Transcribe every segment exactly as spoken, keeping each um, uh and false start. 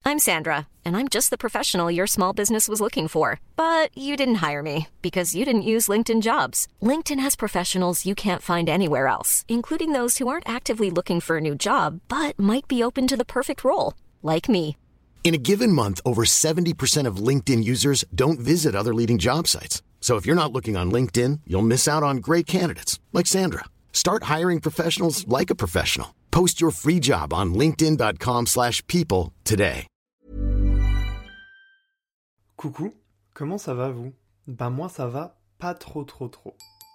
I'm Sandra, and I'm just the professional your small business was looking for. But you didn't hire me because you didn't use LinkedIn Jobs. LinkedIn has professionals you can't find anywhere else, including those who aren't actively looking for a new job, but might be open to the perfect role, like me. In a given month, over seventy percent of LinkedIn users don't visit other leading job sites. So if you're not looking on LinkedIn, you'll miss out on great candidates like Sandra. Start hiring professionals like a professional. Post your free job on linkedin.com slash people today. Coucou, comment ça va vous? Bah moi ça va pas trop trop trop.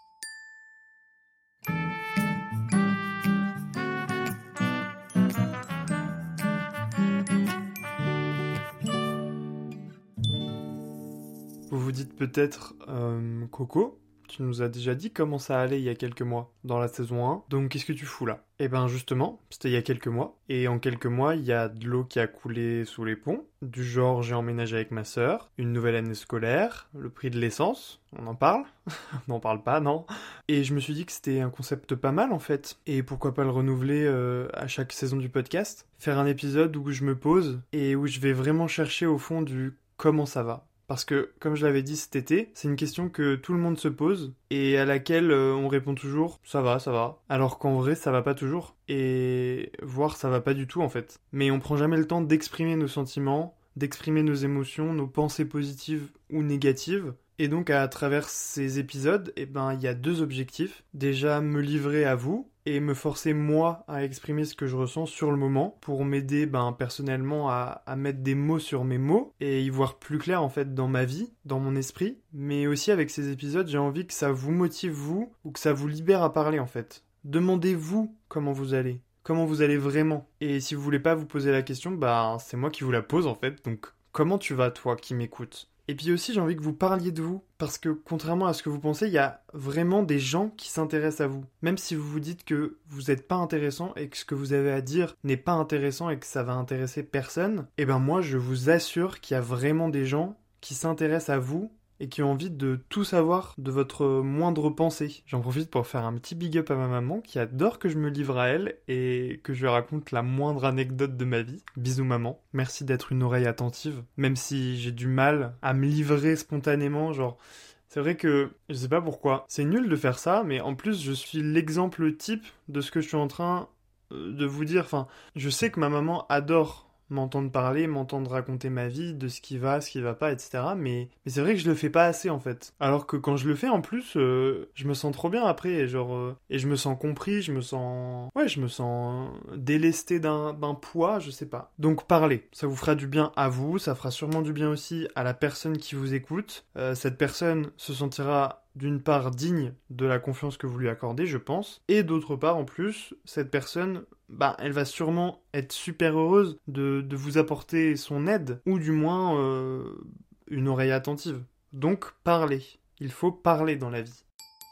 Vous vous dites peut-être, euh, Coco, tu nous as déjà dit comment ça allait il y a quelques mois, dans la saison un, donc qu'est-ce que tu fous là? Eh ben justement, c'était il y a quelques mois, et en quelques mois, il y a de l'eau qui a coulé sous les ponts, du genre j'ai emménagé avec ma sœur, une nouvelle année scolaire, le prix de l'essence, on en parle? On n'en parle pas, non? Et je me suis dit que c'était un concept pas mal en fait, et pourquoi pas le renouveler euh, à chaque saison du podcast? Faire un épisode où je me pose, et où je vais vraiment chercher au fond du comment ça va. Parce que, comme je l'avais dit cet été, c'est une question que tout le monde se pose et à laquelle euh, on répond toujours « ça va, ça va ». Alors qu'en vrai, ça va pas toujours. Et voire ça va pas du tout en fait. Mais on prend jamais le temps d'exprimer nos sentiments, d'exprimer nos émotions, nos pensées positives ou négatives. Et donc à travers ces épisodes, eh ben, il y a deux objectifs. Déjà, me livrer à vous et me forcer moi à exprimer ce que je ressens sur le moment pour m'aider ben, personnellement à, à mettre des mots sur mes mots et y voir plus clair en fait dans ma vie, dans mon esprit. Mais aussi avec ces épisodes, j'ai envie que ça vous motive vous ou que ça vous libère à parler en fait. Demandez-vous comment vous allez, comment vous allez vraiment. Et si vous voulez pas vous poser la question, bah c'est moi qui vous la pose en fait. Donc comment tu vas toi qui m'écoutes ? Et puis aussi, j'ai envie que vous parliez de vous, parce que contrairement à ce que vous pensez, il y a vraiment des gens qui s'intéressent à vous. Même si vous vous dites que vous n'êtes pas intéressant et que ce que vous avez à dire n'est pas intéressant et que ça va intéresser personne, eh ben moi, je vous assure qu'il y a vraiment des gens qui s'intéressent à vous et qui ont envie de tout savoir de votre moindre pensée. J'en profite pour faire un petit big up à ma maman qui adore que je me livre à elle et que je lui raconte la moindre anecdote de ma vie. Bisous maman, merci d'être une oreille attentive, même si j'ai du mal à me livrer spontanément, genre... C'est vrai que, je sais pas pourquoi, c'est nul de faire ça, mais en plus je suis l'exemple type de ce que je suis en train de vous dire. Enfin, je sais que ma maman adore m'entendre parler, m'entendre raconter ma vie, de ce qui va, ce qui va pas, et cetera. Mais, mais c'est vrai que je le fais pas assez, en fait. Alors que quand je le fais, en plus, euh, je me sens trop bien après, et genre... Euh, et je me sens compris, je me sens... Ouais, je me sens délesté d'un, d'un poids, je sais pas. Donc parlez, ça vous fera du bien à vous, ça fera sûrement du bien aussi à la personne qui vous écoute. Euh, cette personne se sentira... d'une part digne de la confiance que vous lui accordez, je pense, et d'autre part, en plus, cette personne, bah, elle va sûrement être super heureuse de, de vous apporter son aide, ou du moins euh, une oreille attentive. Donc, parlez. Il faut parler dans la vie.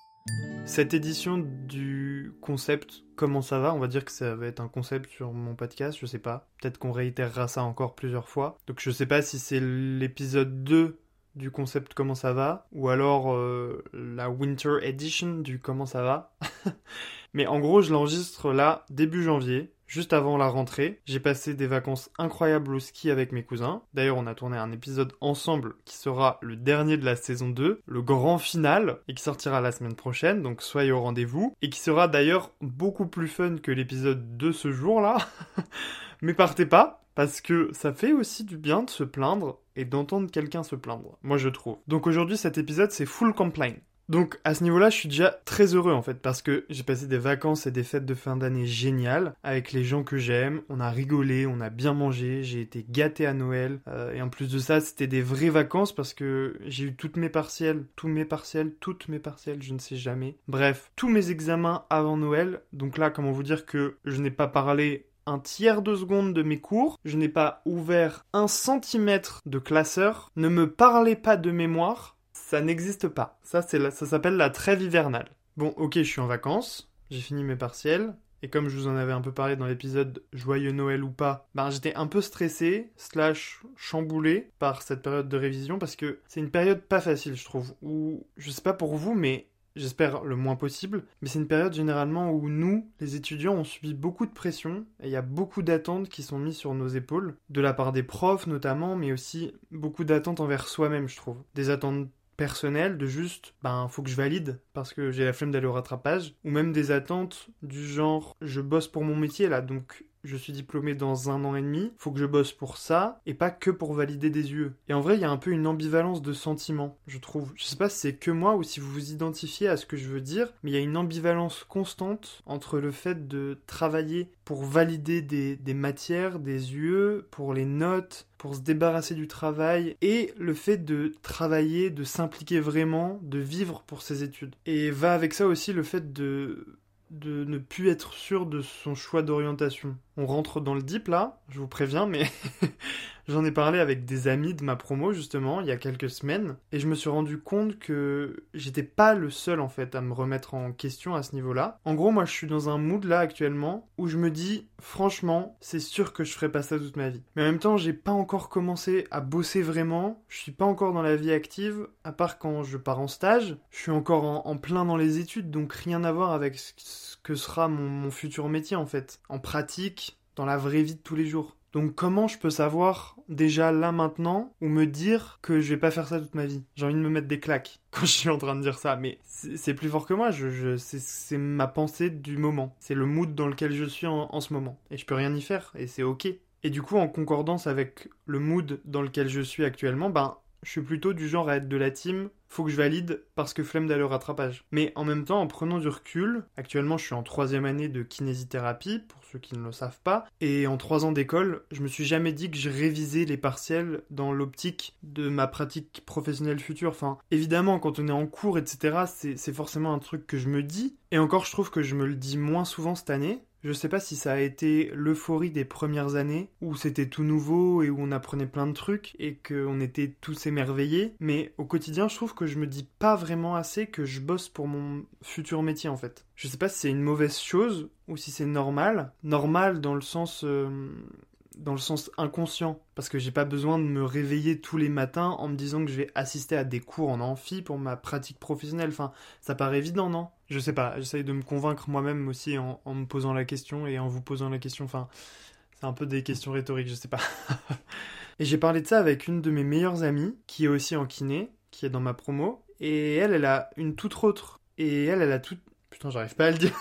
Cette édition du concept « Comment ça va ?», on va dire que ça va être un concept sur mon podcast, je sais pas. Peut-être qu'on réitérera ça encore plusieurs fois. Donc je sais pas si c'est l'épisode deux du concept Comment ça va, ou alors euh, la Winter Edition du Comment ça va. Mais en gros, je l'enregistre là, début janvier, juste avant la rentrée. J'ai passé des vacances incroyables au ski avec mes cousins. D'ailleurs, on a tourné un épisode ensemble qui sera le dernier de la saison deux, le grand final, et qui sortira la semaine prochaine, donc soyez au rendez-vous. Et qui sera d'ailleurs beaucoup plus fun que l'épisode de ce jour-là. Mais partez pas, parce que ça fait aussi du bien de se plaindre et d'entendre quelqu'un se plaindre, moi je trouve. Donc aujourd'hui, cet épisode, c'est full complaint. Donc à ce niveau-là, je suis déjà très heureux en fait, parce que j'ai passé des vacances et des fêtes de fin d'année géniales, avec les gens que j'aime, on a rigolé, on a bien mangé, j'ai été gâté à Noël, euh, et en plus de ça, c'était des vraies vacances, parce que j'ai eu toutes mes partiels, tous mes partiels, toutes mes partiels, je ne sais jamais. Bref, tous mes examens avant Noël, donc là, comment vous dire que je n'ai pas parlé un tiers de seconde de mes cours, je n'ai pas ouvert un centimètre de classeur, ne me parlez pas de mémoire, ça n'existe pas. Ça, c'est la, ça s'appelle la trêve hivernale. Bon, ok, je suis en vacances, j'ai fini mes partiels, et comme je vous en avais un peu parlé dans l'épisode Joyeux Noël ou pas, ben j'étais un peu stressé, slash chamboulé par cette période de révision, parce que c'est une période pas facile, je trouve, où, je sais pas pour vous, mais j'espère le moins possible, mais c'est une période généralement où nous, les étudiants, on subit beaucoup de pression, et il y a beaucoup d'attentes qui sont mises sur nos épaules, de la part des profs notamment, mais aussi beaucoup d'attentes envers soi-même, je trouve. Des attentes personnelles, de juste, ben, faut que je valide, parce que j'ai la flemme d'aller au rattrapage, ou même des attentes du genre, je bosse pour mon métier là, donc je suis diplômé dans un an et demi, faut que je bosse pour ça, et pas que pour valider des U E. Et en vrai, il y a un peu une ambivalence de sentiments, je trouve. Je sais pas si c'est que moi ou si vous vous identifiez à ce que je veux dire, mais il y a une ambivalence constante entre le fait de travailler pour valider des, des matières, des U E, pour les notes, pour se débarrasser du travail, et le fait de travailler, de s'impliquer vraiment, de vivre pour ses études. Et va avec ça aussi le fait de... de ne plus être sûr de son choix d'orientation. On rentre dans le deep là, je vous préviens, mais j'en ai parlé avec des amis de ma promo justement, il y a quelques semaines, et je me suis rendu compte que j'étais pas le seul en fait à me remettre en question à ce niveau-là. En gros, moi je suis dans un mood là actuellement, où je me dis, franchement, c'est sûr que je ferai pas ça toute ma vie. Mais en même temps, j'ai pas encore commencé à bosser vraiment, je suis pas encore dans la vie active, à part quand je pars en stage, je suis encore en, en plein dans les études, donc rien à voir avec ce que sera mon, mon futur métier en fait, en pratique, dans la vraie vie de tous les jours. Donc comment je peux savoir déjà là maintenant ou me dire que je vais pas faire ça toute ma vie? J'ai envie de me mettre des claques quand je suis en train de dire ça, mais c'est, c'est plus fort que moi, je, je, c'est, c'est ma pensée du moment. C'est le mood dans lequel je suis en, en ce moment. Et je peux rien y faire, et c'est ok. Et du coup, en concordance avec le mood dans lequel je suis actuellement, ben, je suis plutôt du genre à être de la team faut que je valide parce que flemme d'aller au rattrapage. Mais en même temps, en prenant du recul, actuellement je suis en troisième année de kinésithérapie, pour ceux qui ne le savent pas, et en trois ans d'école, je me suis jamais dit que je révisais les partiels dans l'optique de ma pratique professionnelle future. Enfin, évidemment, quand on est en cours, et cetera, c'est, c'est forcément un truc que je me dis, et encore je trouve que je me le dis moins souvent cette année. Je sais pas si ça a été l'euphorie des premières années, où c'était tout nouveau et où on apprenait plein de trucs et qu'on était tous émerveillés, mais au quotidien, je trouve que je me dis pas vraiment assez que je bosse pour mon futur métier en fait. Je sais pas si c'est une mauvaise chose ou si c'est normal. Normal dans le sens... Euh... dans le sens inconscient, parce que j'ai pas besoin de me réveiller tous les matins en me disant que je vais assister à des cours en amphi pour ma pratique professionnelle. Enfin, ça paraît évident, non? Je sais pas, j'essaye de me convaincre moi-même aussi en, en me posant la question et en vous posant la question. Enfin, c'est un peu des questions rhétoriques, je sais pas. Et j'ai parlé de ça avec une de mes meilleures amies, qui est aussi en kiné, qui est dans ma promo, et elle, elle a une toute autre... Et elle, elle a toute... Putain, j'arrive pas à le dire.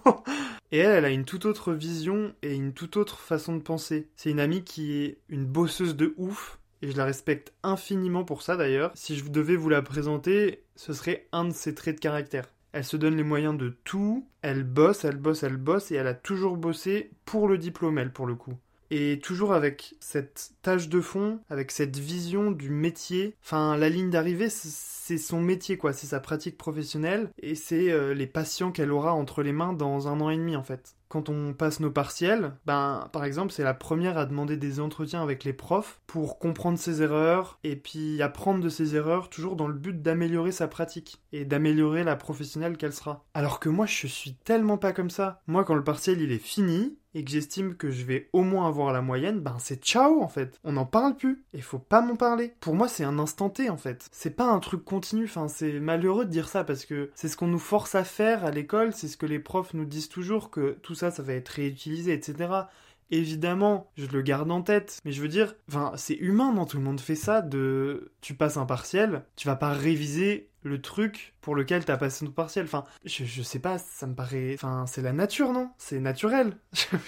Et elle, elle a une toute autre vision et une toute autre façon de penser. C'est une amie qui est une bosseuse de ouf, et je la respecte infiniment pour ça d'ailleurs. Si je devais vous la présenter, ce serait un de ses traits de caractère. Elle se donne les moyens de tout, elle bosse, elle bosse, elle bosse, et elle a toujours bossé pour le diplôme, elle, pour le coup. Et toujours avec cette tâche de fond, avec cette vision du métier. Enfin, la ligne d'arrivée, c'est son métier, quoi. C'est sa pratique professionnelle, et c'est euh, les patients qu'elle aura entre les mains dans un an et demi, en fait. Quand on passe nos partiels, ben, par exemple, c'est la première à demander des entretiens avec les profs pour comprendre ses erreurs et puis apprendre de ses erreurs, toujours dans le but d'améliorer sa pratique et d'améliorer la professionnelle qu'elle sera. Alors que moi, je suis tellement pas comme ça. Moi, quand le partiel, il est fini et que j'estime que je vais au moins avoir la moyenne, ben c'est ciao, en fait. On n'en parle plus. Et faut pas m'en parler. Pour moi, c'est un instant T, en fait. C'est pas un truc continu. Enfin, c'est malheureux de dire ça parce que c'est ce qu'on nous force à faire à l'école, c'est ce que les profs nous disent toujours, que tout ça, ça va être réutilisé, et cetera. Évidemment, je le garde en tête, mais je veux dire, enfin, c'est humain, non? Tout le monde fait ça, de... Tu passes un partiel, tu vas pas réviser le truc pour lequel t'as passé ton partiel. Enfin, je, je sais pas, ça me paraît... Enfin, c'est la nature, non? C'est naturel.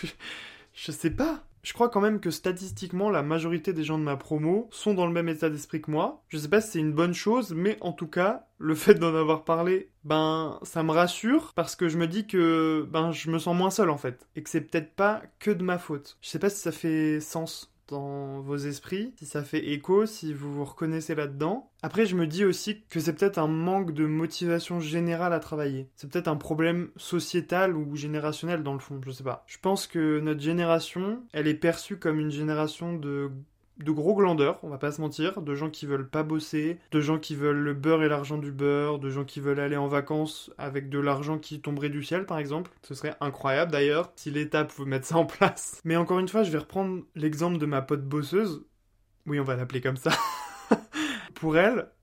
Je sais pas. Je crois quand même que statistiquement, la majorité des gens de ma promo sont dans le même état d'esprit que moi. Je sais pas si c'est une bonne chose, mais en tout cas, le fait d'en avoir parlé, ben, ça me rassure, parce que je me dis que, ben, je me sens moins seul, en fait. Et que c'est peut-être pas que de ma faute. Je sais pas si ça fait sens dans vos esprits, si ça fait écho, si vous vous reconnaissez là-dedans. Après, je me dis aussi que c'est peut-être un manque de motivation générale à travailler. C'est peut-être un problème sociétal ou générationnel dans le fond, je sais pas. Je pense que notre génération, elle est perçue comme une génération de... de gros glandeurs, on va pas se mentir, de gens qui veulent pas bosser, de gens qui veulent le beurre et l'argent du beurre, de gens qui veulent aller en vacances avec de l'argent qui tomberait du ciel, par exemple. Ce serait incroyable, d'ailleurs, si l'État pouvait mettre ça en place. Mais encore une fois, je vais reprendre l'exemple de ma pote bosseuse. Oui, on va l'appeler comme ça. Pour elle,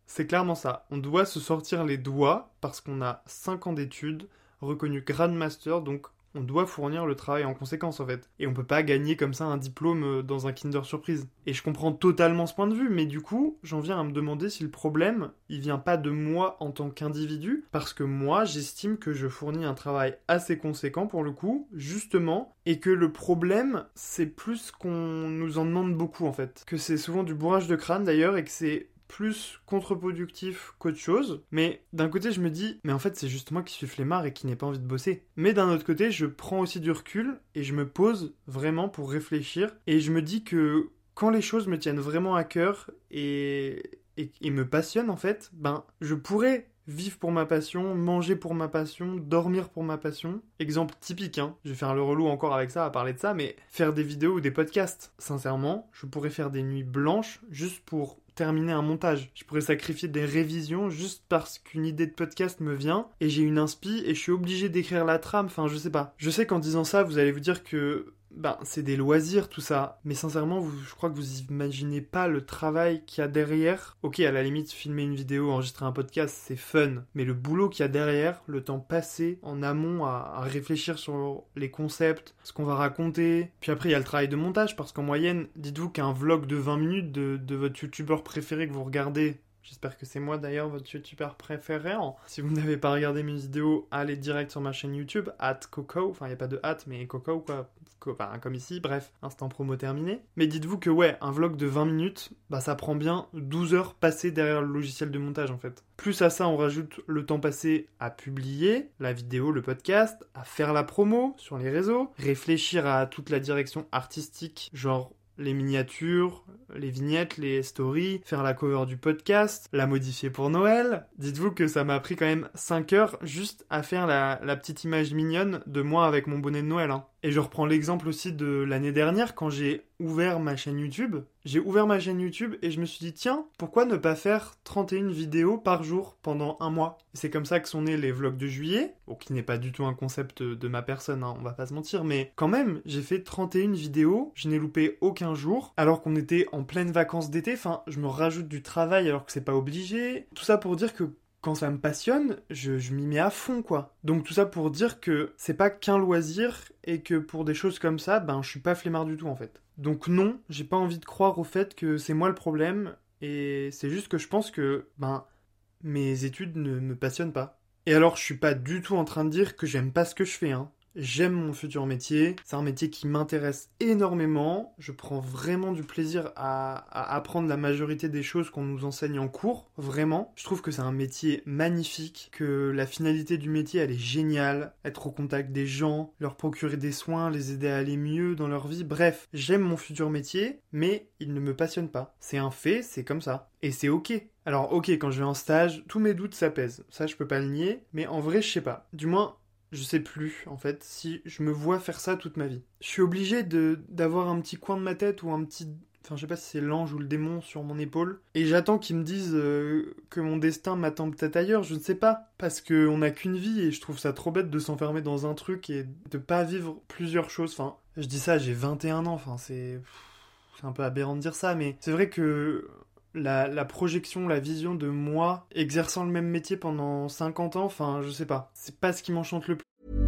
C'est clairement ça. On doit se sortir les doigts parce qu'on a cinq ans d'études, reconnu Grand Master, donc on doit fournir le travail en conséquence en fait. Et on peut pas gagner comme ça un diplôme dans un Kinder Surprise. Et je comprends totalement ce point de vue, mais du coup, j'en viens à me demander si le problème, il vient pas de moi en tant qu'individu, parce que moi, j'estime que je fournis un travail assez conséquent pour le coup, justement, et que le problème, c'est plus qu'on nous en demande beaucoup en fait. Que c'est souvent du bourrage de crâne d'ailleurs, et que c'est plus contre-productif qu'autre chose, mais d'un côté je me dis, mais en fait c'est juste moi qui suis flemmard et qui n'ai pas envie de bosser. Mais d'un autre côté, je prends aussi du recul et je me pose vraiment pour réfléchir, et je me dis que quand les choses me tiennent vraiment à cœur et, et, et me passionnent en fait, ben je pourrais vivre pour ma passion, manger pour ma passion, dormir pour ma passion. Exemple typique, hein, je vais faire le relou encore avec ça, à parler de ça, mais faire des vidéos ou des podcasts. Sincèrement, je pourrais faire des nuits blanches juste pour terminer un montage. Je pourrais sacrifier des révisions juste parce qu'une idée de podcast me vient et j'ai une inspi et je suis obligé d'écrire la trame, enfin je sais pas. Je sais qu'en disant ça, vous allez vous dire que ben, c'est des loisirs tout ça, mais sincèrement, vous, je crois que vous imaginez pas le travail qu'il y a derrière. Ok, à la limite, filmer une vidéo, enregistrer un podcast, c'est fun, mais le boulot qu'il y a derrière, le temps passé en amont à, à réfléchir sur les concepts, ce qu'on va raconter, puis après il y a le travail de montage, parce qu'en moyenne, dites-vous qu'un vlog de vingt minutes de, de votre youtubeur préféré que vous regardez, j'espère que c'est moi d'ailleurs votre youtubeur préféré. Si vous n'avez pas regardé mes vidéos, allez direct sur ma chaîne YouTube, at Coco, enfin il n'y a pas de at, mais Coco quoi, enfin, comme ici, bref, instant promo terminé. Mais dites-vous que ouais, un vlog de vingt minutes, bah ça prend bien douze heures passées derrière le logiciel de montage en fait. Plus à ça, on rajoute le temps passé à publier la vidéo, le podcast, à faire la promo sur les réseaux, réfléchir à toute la direction artistique, genre les miniatures, les vignettes, les stories, faire la cover du podcast, la modifier pour Noël. Dites-vous que ça m'a pris quand même cinq heures juste à faire la, la petite image mignonne de moi avec mon bonnet de Noël. Hein. Et je reprends l'exemple aussi de l'année dernière quand j'ai ouvert ma chaîne YouTube. J'ai ouvert ma chaîne YouTube et je me suis dit tiens, pourquoi ne pas faire trente et une vidéos par jour pendant un mois ? C'est comme ça que sont nés les vlogs de juillet, bon, qui n'est pas du tout un concept de ma personne, hein, on va pas se mentir, mais quand même, j'ai fait trente et une vidéos, je n'ai loupé aucun jour, alors qu'on était en pleine vacances d'été, enfin, je me rajoute du travail alors que c'est pas obligé. Tout ça pour dire que quand ça me passionne, je, je m'y mets à fond, quoi. Donc tout ça pour dire que c'est pas qu'un loisir et que pour des choses comme ça, ben je suis pas flemmard du tout en fait. Donc non, j'ai pas envie de croire au fait que c'est moi le problème, et c'est juste que je pense que, ben, mes études ne me passionnent pas. Et alors je suis pas du tout en train de dire que j'aime pas ce que je fais, hein. J'aime mon futur métier, c'est un métier qui m'intéresse énormément, je prends vraiment du plaisir à, à apprendre la majorité des choses qu'on nous enseigne en cours, vraiment. Je trouve que c'est un métier magnifique, que la finalité du métier elle est géniale, être au contact des gens, leur procurer des soins, les aider à aller mieux dans leur vie, bref, j'aime mon futur métier, mais il ne me passionne pas. C'est un fait, c'est comme ça, et c'est ok. Alors ok, quand je vais en stage, tous mes doutes s'apaisent, ça je peux pas le nier, mais en vrai je sais pas, du moins je sais plus, en fait, si je me vois faire ça toute ma vie. Je suis obligé de, d'avoir un petit coin de ma tête ou un petit... Enfin, je sais pas si c'est l'ange ou le démon sur mon épaule. Et j'attends qu'ils me disent euh, que mon destin m'attend peut-être ailleurs, je ne sais pas. Parce qu'on n'a qu'une vie et je trouve ça trop bête de s'enfermer dans un truc et de pas vivre plusieurs choses. Enfin, je dis ça, j'ai vingt et un ans, enfin, c'est... C'est un peu aberrant de dire ça, mais c'est vrai que... La, la projection, la vision de moi exerçant le même métier pendant cinquante ans, enfin, je sais pas. C'est pas ce qui m'enchante le plus.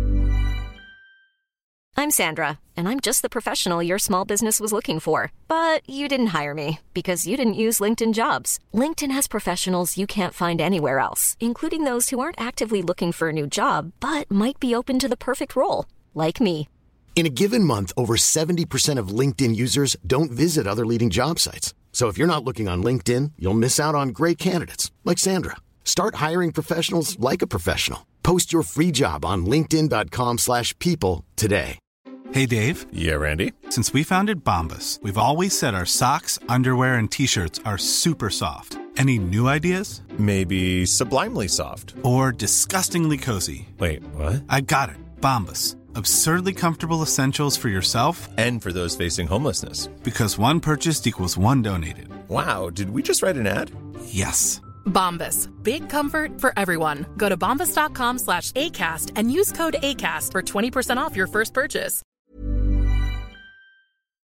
I'm Sandra, and I'm just the professional your small business was looking for. But you didn't hire me, because you didn't use LinkedIn Jobs. LinkedIn has professionals you can't find anywhere else, including those who aren't actively looking for a new job, but might be open to the perfect role, like me. In a given month, over seventy percent of LinkedIn users don't visit other leading job sites. So if you're not looking on LinkedIn, you'll miss out on great candidates like Sandra. Start hiring professionals like a professional. Post your free job on linkedin dot com slash people today. Hey, Dave. Yeah, Randy. Since we founded Bombas, we've always said our socks, underwear, and T-shirts are super soft. Any new ideas? Maybe sublimely soft. Or disgustingly cozy. Wait, what? I got it. Bombas. Absurdly comfortable essentials for yourself and for those facing homelessness. Because one purchased equals one donated. Wow, did we just write an ad? Yes. Bombas. Big comfort for everyone. Go to bombas dot com slash ACAST and use code ACAST for twenty percent off your first purchase.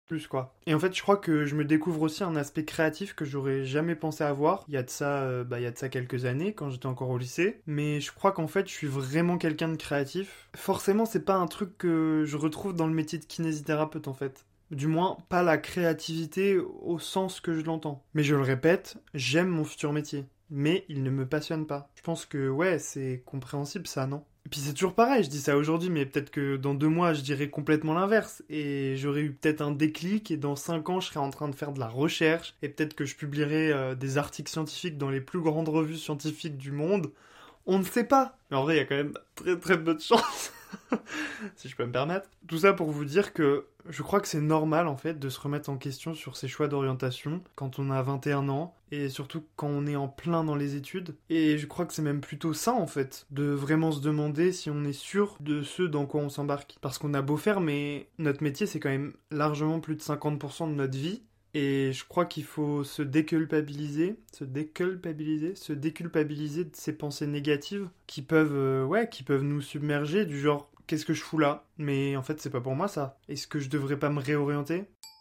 plus quoi. Et en fait, je crois que je me découvre aussi un aspect créatif que j'aurais jamais pensé avoir. Il y a de ça, euh, bah, il y a de ça quelques années, quand j'étais encore au lycée. Mais je crois qu'en fait, je suis vraiment quelqu'un de créatif. Forcément, c'est pas un truc que je retrouve dans le métier de kinésithérapeute, en fait. Du moins, pas la créativité au sens que je l'entends. Mais je le répète, j'aime mon futur métier. Mais il ne me passionne pas. Je pense que, ouais, c'est compréhensible ça, non ? Et puis c'est toujours pareil, je dis ça aujourd'hui, mais peut-être que dans deux mois, je dirais complètement l'inverse. Et j'aurais eu peut-être un déclic, et dans cinq ans, je serais en train de faire de la recherche, et peut-être que je publierai euh, des articles scientifiques dans les plus grandes revues scientifiques du monde. On ne sait pas. Mais en vrai, il y a quand même très très peu de chance, si je peux me permettre. Tout ça pour vous dire que je crois que c'est normal, en fait, de se remettre en question sur ses choix d'orientation quand on a vingt et un ans, et surtout quand on est en plein dans les études. Et je crois que c'est même plutôt ça, en fait, de vraiment se demander si on est sûr de ce dans quoi on s'embarque. Parce qu'on a beau faire, mais notre métier, c'est quand même largement plus de cinquante pour cent de notre vie. Et je crois qu'il faut se déculpabiliser, se déculpabiliser, se déculpabiliser de ces pensées négatives qui peuvent, euh, ouais, qui peuvent nous submerger, du genre « qu'est-ce que je fous là ? Mais en fait, c'est pas pour moi ça. Est-ce que je devrais pas me réorienter ?»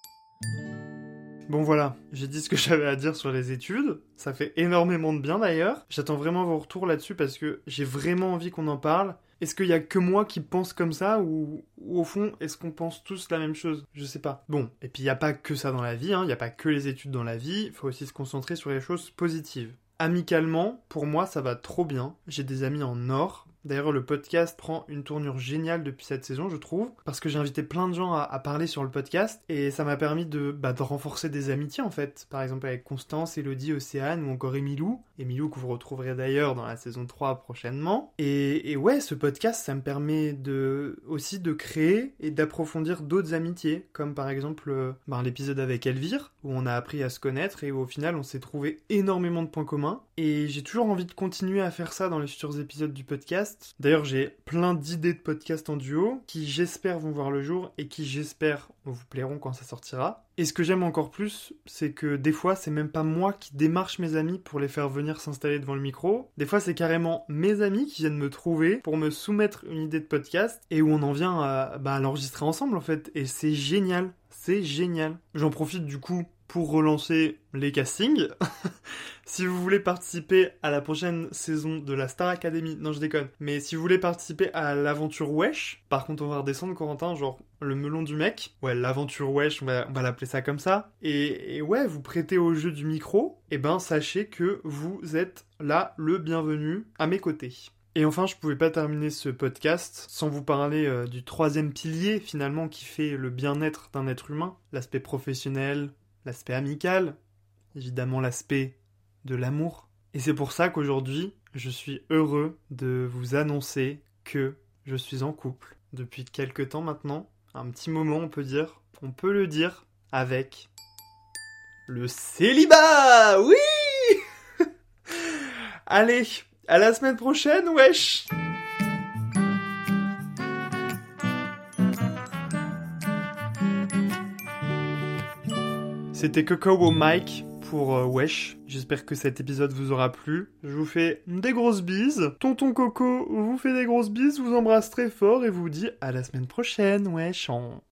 Bon voilà, j'ai dit ce que j'avais à dire sur les études, ça fait énormément de bien d'ailleurs. J'attends vraiment vos retours là-dessus parce que j'ai vraiment envie qu'on en parle. Est-ce qu'il y a que moi qui pense comme ça ou, ou au fond, est-ce qu'on pense tous la même chose ? Je sais pas. Bon, et puis il n'y a pas que ça dans la vie, hein, il n'y a pas que les études dans la vie, il faut aussi se concentrer sur les choses positives. Amicalement, pour moi, ça va trop bien. J'ai des amis en or. D'ailleurs, le podcast prend une tournure géniale depuis cette saison, je trouve, parce que j'ai invité plein de gens à, à parler sur le podcast, et ça m'a permis de, bah, de renforcer des amitiés, en fait. Par exemple, avec Constance, Elodie, Océane, ou encore Emilou. Emilou, que vous retrouverez d'ailleurs dans la saison trois prochainement. Et, et ouais, ce podcast, ça me permet de, aussi de créer et d'approfondir d'autres amitiés, comme par exemple euh, bah, l'épisode avec Elvire, où on a appris à se connaître, et où au final, on s'est trouvé énormément de points communs. Et j'ai toujours envie de continuer à faire ça dans les futurs épisodes du podcast. D'ailleurs, j'ai plein d'idées de podcasts en duo qui, j'espère, vont voir le jour et qui, j'espère, vous plairont quand ça sortira. Et ce que j'aime encore plus, c'est que des fois, c'est même pas moi qui démarche mes amis pour les faire venir s'installer devant le micro. Des fois, c'est carrément mes amis qui viennent me trouver pour me soumettre une idée de podcast et où on en vient à, bah, à l'enregistrer ensemble, en fait. Et c'est génial. C'est génial. J'en profite du coup pour relancer les castings. Si vous voulez participer à la prochaine saison de la Star Academy, non je déconne, mais si vous voulez participer à l'aventure Wesh, par contre on va redescendre Corentin, genre le melon du mec, ouais l'aventure Wesh, on va, on va l'appeler ça comme ça, et, et ouais vous prêtez au jeu du micro, et ben sachez que vous êtes là le bienvenu à mes côtés. Et enfin, je pouvais pas terminer ce podcast sans vous parler euh, du troisième pilier finalement qui fait le bien-être d'un être humain, l'aspect professionnel, l'aspect amical, évidemment l'aspect de l'amour. Et c'est pour ça qu'aujourd'hui, je suis heureux de vous annoncer que je suis en couple. Depuis quelques temps maintenant, un petit moment on peut dire, on peut le dire, avec le célibat. Oui. Allez, à la semaine prochaine, wesh. C'était Coco au Mike pour euh, Wesh. J'espère que cet épisode vous aura plu. Je vous fais des grosses bises. Tonton Coco vous fait des grosses bises, vous embrasse très fort et vous dit à la semaine prochaine, Wesh.